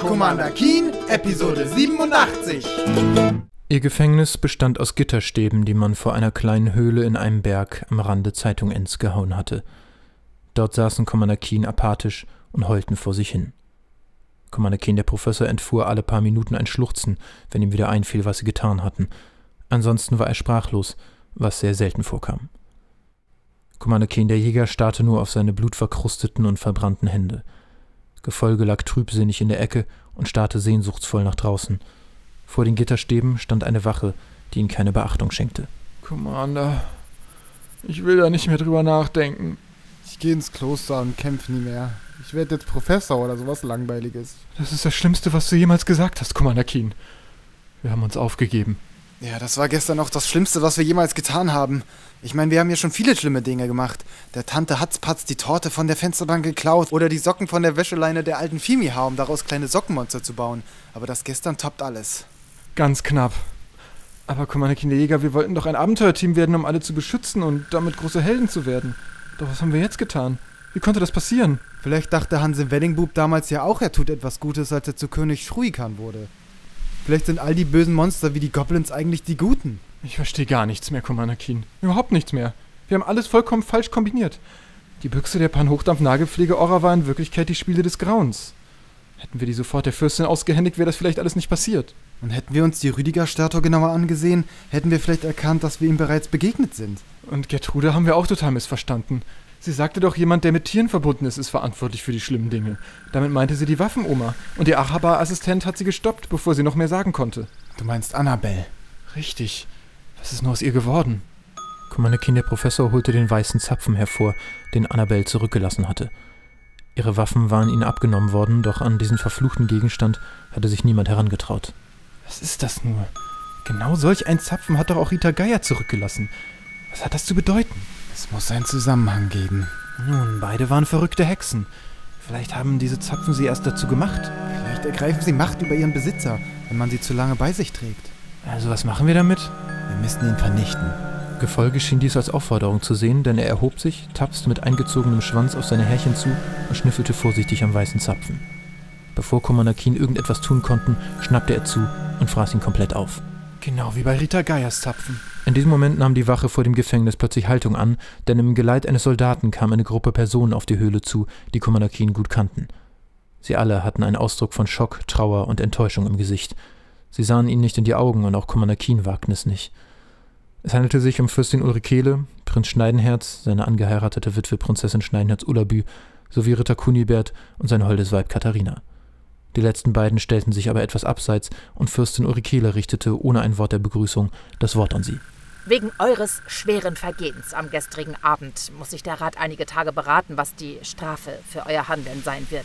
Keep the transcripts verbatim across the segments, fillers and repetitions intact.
Commander Keen, Episode siebenundachtzig. Ihr Gefängnis bestand aus Gitterstäben, die man vor einer kleinen Höhle in einem Berg am Rande Zeitungens gehauen hatte. Dort saßen Commander Keen apathisch und heulten vor sich hin. Commander Keen, der Professor, entfuhr alle paar Minuten ein Schluchzen, wenn ihm wieder einfiel, was sie getan hatten. Ansonsten war er sprachlos, was sehr selten vorkam. Commander Keen, der Jäger, starrte nur auf seine blutverkrusteten und verbrannten Hände. Gefolge lag trübsinnig in der Ecke und starrte sehnsuchtsvoll nach draußen. Vor den Gitterstäben stand eine Wache, die ihm keine Beachtung schenkte. Commander, ich will da nicht mehr drüber nachdenken. Ich gehe ins Kloster und kämpfe nie mehr. Ich werde jetzt Professor oder sowas Langweiliges. Das ist das Schlimmste, was du jemals gesagt hast, Commander Keen. Wir haben uns aufgegeben. Ja, das war gestern auch das Schlimmste, was wir jemals getan haben. Ich meine, wir haben ja schon viele schlimme Dinge gemacht. Der Tante Hatzpatz die Torte von der Fensterbank geklaut oder die Socken von der Wäscheleine der alten Fimiha, um daraus kleine Sockenmonster zu bauen. Aber das gestern toppt alles. Ganz knapp. Aber Commander Keen, der Jäger, wir wollten doch ein Abenteuerteam werden, um alle zu beschützen und damit große Helden zu werden. Doch was haben wir jetzt getan? Wie konnte das passieren? Vielleicht dachte Hans im Weddingbub damals ja auch, er tut etwas Gutes, als er zu König Shruikan wurde. Vielleicht sind all die bösen Monster wie die Goblins eigentlich die Guten. Ich verstehe gar nichts mehr, Commander Keen. Überhaupt nichts mehr. Wir haben alles vollkommen falsch kombiniert. Die Büchse der Pan-Hochdampf-Nagelpflege-Orra war in Wirklichkeit die Spiele des Grauens. Hätten wir die sofort der Fürstin ausgehändigt, wäre das vielleicht alles nicht passiert. Und hätten wir uns die Rüdiger-Statue genauer angesehen, hätten wir vielleicht erkannt, dass wir ihm bereits begegnet sind. Und Gertrude haben wir auch total missverstanden. Sie sagte doch, jemand, der mit Tieren verbunden ist, ist verantwortlich für die schlimmen Dinge. Damit meinte sie die Waffenoma. Und ihr Achabar-Assistent hat sie gestoppt, bevor sie noch mehr sagen konnte. Du meinst Annabelle? Richtig. Was ist nur aus ihr geworden? Commander Keen, der Professor, holte den weißen Zapfen hervor, den Annabelle zurückgelassen hatte. Ihre Waffen waren ihnen abgenommen worden, doch an diesen verfluchten Gegenstand hatte sich niemand herangetraut. Was ist das nur? Genau solch ein Zapfen hat doch auch Rita Geier zurückgelassen. Was hat das zu bedeuten? Es muss einen Zusammenhang geben. Nun, beide waren verrückte Hexen. Vielleicht haben diese Zapfen sie erst dazu gemacht. Vielleicht ergreifen sie Macht über ihren Besitzer, wenn man sie zu lange bei sich trägt. Also was machen wir damit? Wir müssen ihn vernichten. Gefolge schien dies als Aufforderung zu sehen, denn er erhob sich, tapste mit eingezogenem Schwanz auf seine Härchen zu und schnüffelte vorsichtig am weißen Zapfen. Bevor Commander Keen irgendetwas tun konnten, schnappte er zu und fraß ihn komplett auf. Genau wie bei Rita Geiers Zapfen. In diesem Moment nahm die Wache vor dem Gefängnis plötzlich Haltung an, denn im Geleit eines Soldaten kam eine Gruppe Personen auf die Höhle zu, die Commander Keen gut kannten. Sie alle hatten einen Ausdruck von Schock, Trauer und Enttäuschung im Gesicht. Sie sahen ihn nicht in die Augen und auch Commander Keen wagten es nicht. Es handelte sich um Fürstin Ulrikele, Prinz Schneidenherz, seine angeheiratete Witwe Prinzessin Schneidenherz-Ullerbü, sowie Ritter Kunibert und sein holdes Weib Katharina. Die letzten beiden stellten sich aber etwas abseits und Fürstin Ulrikele richtete ohne ein Wort der Begrüßung das Wort an sie. Wegen eures schweren Vergehens am gestrigen Abend muss sich der Rat einige Tage beraten, was die Strafe für euer Handeln sein wird.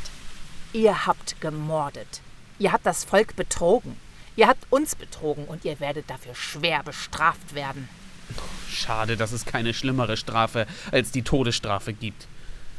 Ihr habt gemordet. Ihr habt das Volk betrogen. Ihr habt uns betrogen und ihr werdet dafür schwer bestraft werden. Schade, dass es keine schlimmere Strafe als die Todesstrafe gibt.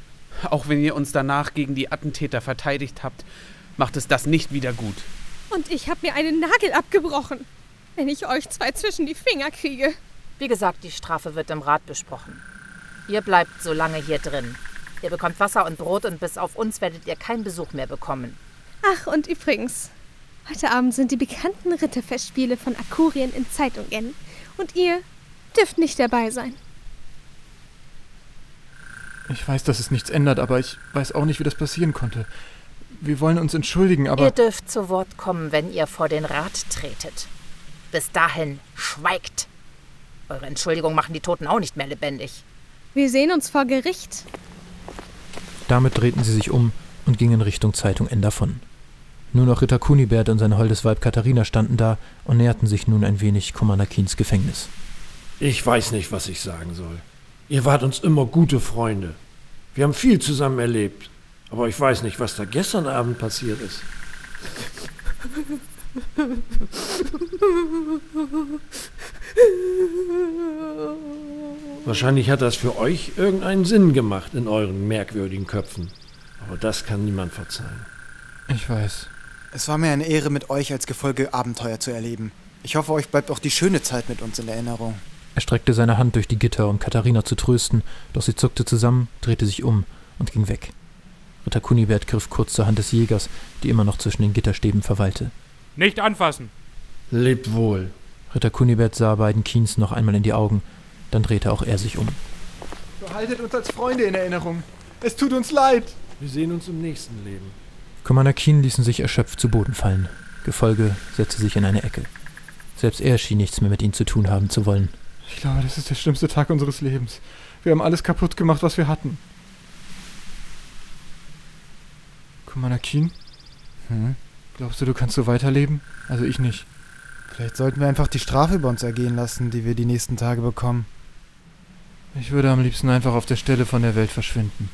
Auch wenn ihr uns danach gegen die Attentäter verteidigt habt, macht es das nicht wieder gut. Und ich habe mir einen Nagel abgebrochen, wenn ich euch zwei zwischen die Finger kriege. Wie gesagt, die Strafe wird im Rat besprochen. Ihr bleibt so lange hier drin. Ihr bekommt Wasser und Brot und bis auf uns werdet ihr keinen Besuch mehr bekommen. Ach, und übrigens, heute Abend sind die bekannten Ritterfestspiele von Akurien in Zeitungen. Und ihr dürft nicht dabei sein. Ich weiß, dass es nichts ändert, aber ich weiß auch nicht, wie das passieren konnte. Wir wollen uns entschuldigen, aber... Ihr dürft zu Wort kommen, wenn ihr vor den Rat tretet. Bis dahin schweigt. Eure Entschuldigung machen die Toten auch nicht mehr lebendig. Wir sehen uns vor Gericht. Damit drehten sie sich um und gingen Richtung Zeitung N davon. Nur noch Ritter Kunibert und sein holdes Weib Katharina standen da und näherten sich nun ein wenig Commander Keens Gefängnis. Ich weiß nicht, was ich sagen soll. Ihr wart uns immer gute Freunde. Wir haben viel zusammen erlebt. Aber ich weiß nicht, was da gestern Abend passiert ist. Wahrscheinlich hat das für euch irgendeinen Sinn gemacht in euren merkwürdigen Köpfen. Aber das kann niemand verzeihen. Ich weiß. Es war mir eine Ehre, mit euch als Gefolge Abenteuer zu erleben. Ich hoffe, euch bleibt auch die schöne Zeit mit uns in Erinnerung. Er streckte seine Hand durch die Gitter, um Katharina zu trösten, doch sie zuckte zusammen, drehte sich um und ging weg. Ritter Kunibert griff kurz zur Hand des Jägers, die immer noch zwischen den Gitterstäben verweilte. Nicht anfassen! Lebt wohl. Ritter Kunibert sah beiden Keens noch einmal in die Augen, dann drehte auch er sich um. Behaltet uns als Freunde in Erinnerung. Es tut uns leid. Wir sehen uns im nächsten Leben. Commander Keen ließen sich erschöpft zu Boden fallen. Gefolge setzte sich in eine Ecke. Selbst er schien nichts mehr mit ihnen zu tun haben zu wollen. Ich glaube, das ist der schlimmste Tag unseres Lebens. Wir haben alles kaputt gemacht, was wir hatten. Commander Keen? Hm? Glaubst du, du kannst so weiterleben? Also ich nicht. Vielleicht sollten wir einfach die Strafe über uns ergehen lassen, die wir die nächsten Tage bekommen. Ich würde am liebsten einfach auf der Stelle von der Welt verschwinden.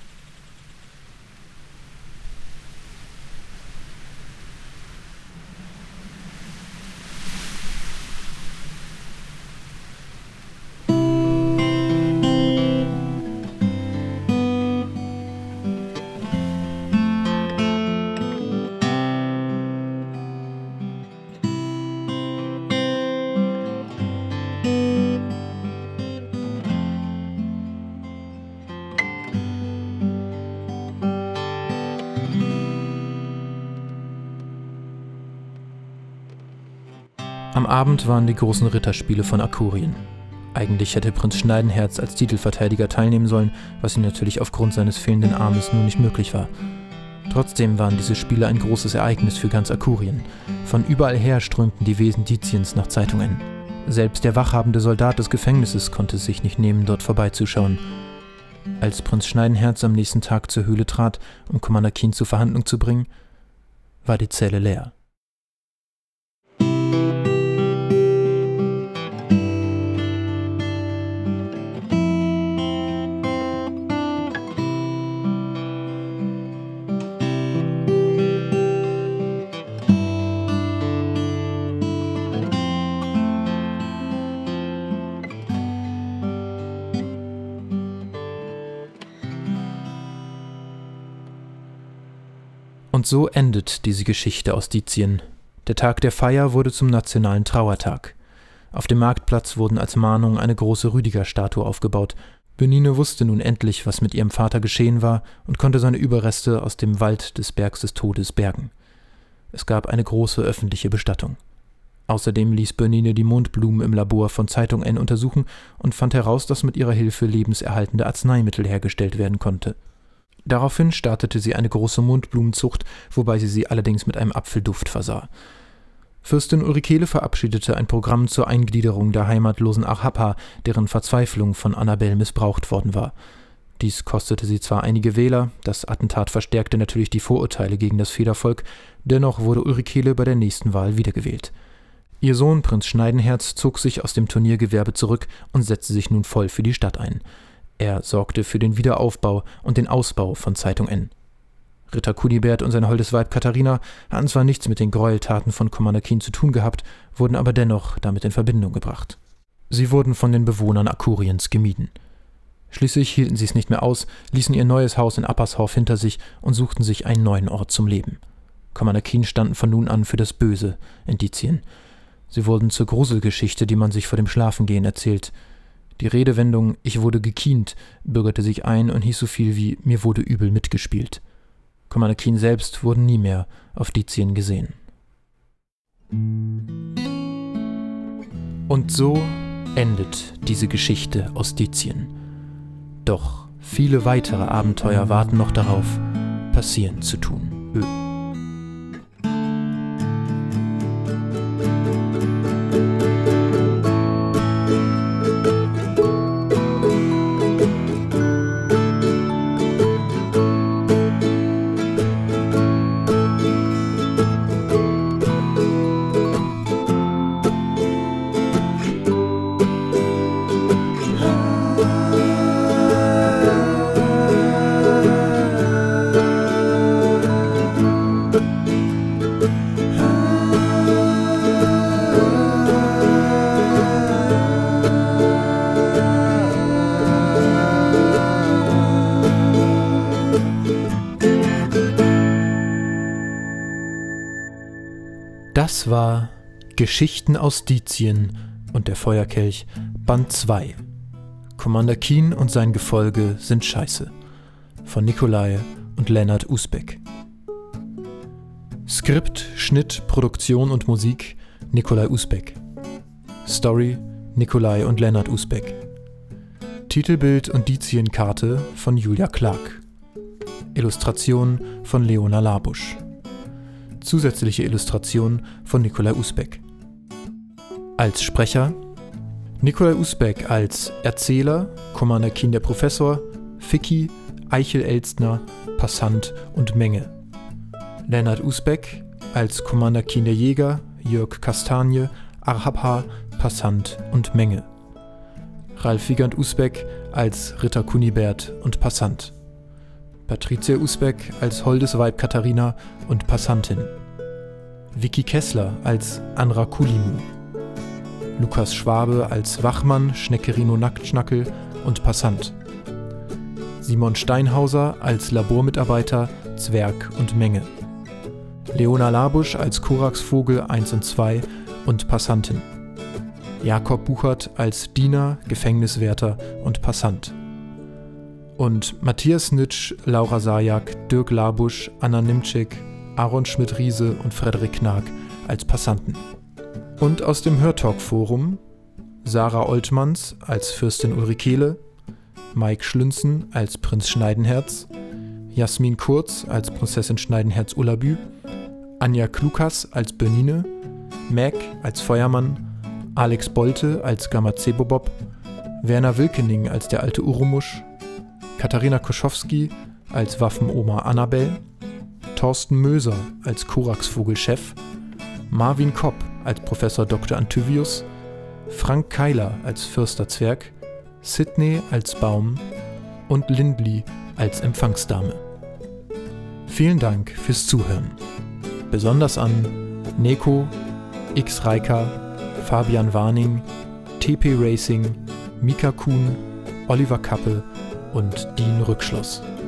Am Abend waren die großen Ritterspiele von Akurien. Eigentlich hätte Prinz Schneidenherz als Titelverteidiger teilnehmen sollen, was ihm natürlich aufgrund seines fehlenden Armes nun nicht möglich war. Trotzdem waren diese Spiele ein großes Ereignis für ganz Akurien. Von überall her strömten die Wesen Diziens nach Zeitungen. Selbst der wachhabende Soldat des Gefängnisses konnte es sich nicht nehmen, dort vorbeizuschauen. Als Prinz Schneidenherz am nächsten Tag zur Höhle trat, um Commander Keen zur Verhandlung zu bringen, war die Zelle leer. Und so endet diese Geschichte aus Dizien. Der Tag der Feier wurde zum nationalen Trauertag. Auf dem Marktplatz wurden als Mahnung eine große Rüdiger-Statue aufgebaut. Benine wusste nun endlich, was mit ihrem Vater geschehen war und konnte seine Überreste aus dem Wald des Bergs des Todes bergen. Es gab eine große öffentliche Bestattung. Außerdem ließ Benine die Mondblumen im Labor von Zeitung N untersuchen und fand heraus, dass mit ihrer Hilfe lebenserhaltende Arzneimittel hergestellt werden konnte. Daraufhin startete sie eine große Mondblumenzucht, wobei sie sie allerdings mit einem Apfelduft versah. Fürstin Ulrikele verabschiedete ein Programm zur Eingliederung der heimatlosen Achapa, deren Verzweiflung von Annabelle missbraucht worden war. Dies kostete sie zwar einige Wähler, das Attentat verstärkte natürlich die Vorurteile gegen das Federvolk, dennoch wurde Ulrikele bei der nächsten Wahl wiedergewählt. Ihr Sohn Prinz Schneidenherz zog sich aus dem Turniergewerbe zurück und setzte sich nun voll für die Stadt ein. Er sorgte für den Wiederaufbau und den Ausbau von Zeitung N. Ritter Kunibert und sein holdes Weib Katharina hatten zwar nichts mit den Gräueltaten von Commander Keen zu tun gehabt, wurden aber dennoch damit in Verbindung gebracht. Sie wurden von den Bewohnern Akuriens gemieden. Schließlich hielten sie es nicht mehr aus, ließen ihr neues Haus in Appershof hinter sich und suchten sich einen neuen Ort zum Leben. Commander Keen standen von nun an für das Böse in Dizien. Sie wurden zur Gruselgeschichte, die man sich vor dem Schlafengehen erzählt. Die Redewendung »Ich wurde gekient« bürgerte sich ein und hieß so viel wie »Mir wurde übel mitgespielt«. Commander Keen selbst wurde nie mehr auf Dizien gesehen. Und so endet diese Geschichte aus Dizien. Doch viele weitere Abenteuer warten noch darauf, passieren zu tun. Ö. Das war Geschichten aus Dizien und der Feuerkelch, Band zwei. Commander Keen und sein Gefolge sind scheiße. Von Nikolai und Lennart Usbeck. Skript, Schnitt, Produktion und Musik Nikolai Usbeck. Story Nikolai und Lennart Usbeck. Titelbild und Dizienkarte von Julia Clark. Illustration von Leona Labusch. Zusätzliche Illustration von Nikolai Usbeck. Als Sprecher Nikolai Usbeck als Erzähler, Commander Keen der Professor, Ficky, Eichel Elstner, Passant und Menge. Lennart Usbeck als Commander Keen der Jäger, Jörg Kastanie, Arhabha, Passant und Menge. Ralf Wiegand Usbeck als Ritter Kunibert und Passant. Patricia Usbeck als Holdes Weib Katharina und Passantin. Vicky Kessler als Anra Kulimu. Lukas Schwabe als Wachmann, Schneckerino Nacktschnackel und Passant. Simon Steinhauser als Labormitarbeiter, Zwerg und Menge. Leona Labusch als Koraxvogel eins und zwei und Passantin. Jakob Buchert als Diener, Gefängniswärter und Passant. Und Matthias Nitsch, Laura Sajak, Dirk Labusch, Anna Nimczyk, Aaron Schmidt-Riese und Frederik Knag als Passanten. Und aus dem Hörtalk-Forum Sarah Oltmanns als Fürstin Ulrikele, Mike Schlünzen als Prinz Schneidenherz, Jasmin Kurz als Prinzessin Schneidenherz Ullabü, Anja Klukas als Bernine, Mac als Feuermann, Alex Bolte als Gamazebobob, Werner Wilkening als der alte Urumusch, Katharina Koschowski als Waffenoma Annabel, Thorsten Möser als Koraxvogel-Chef, Marvin Kopp als Professor Doktor Antyvius, Frank Keiler als Fürster Zwerg, Sidney als Baum und Lindli als Empfangsdame. Vielen Dank fürs Zuhören. Besonders an Neko, X Reika, Fabian Warning, T P Racing, Mika Kuhn, Oliver Kappe und Dean Rückschloss.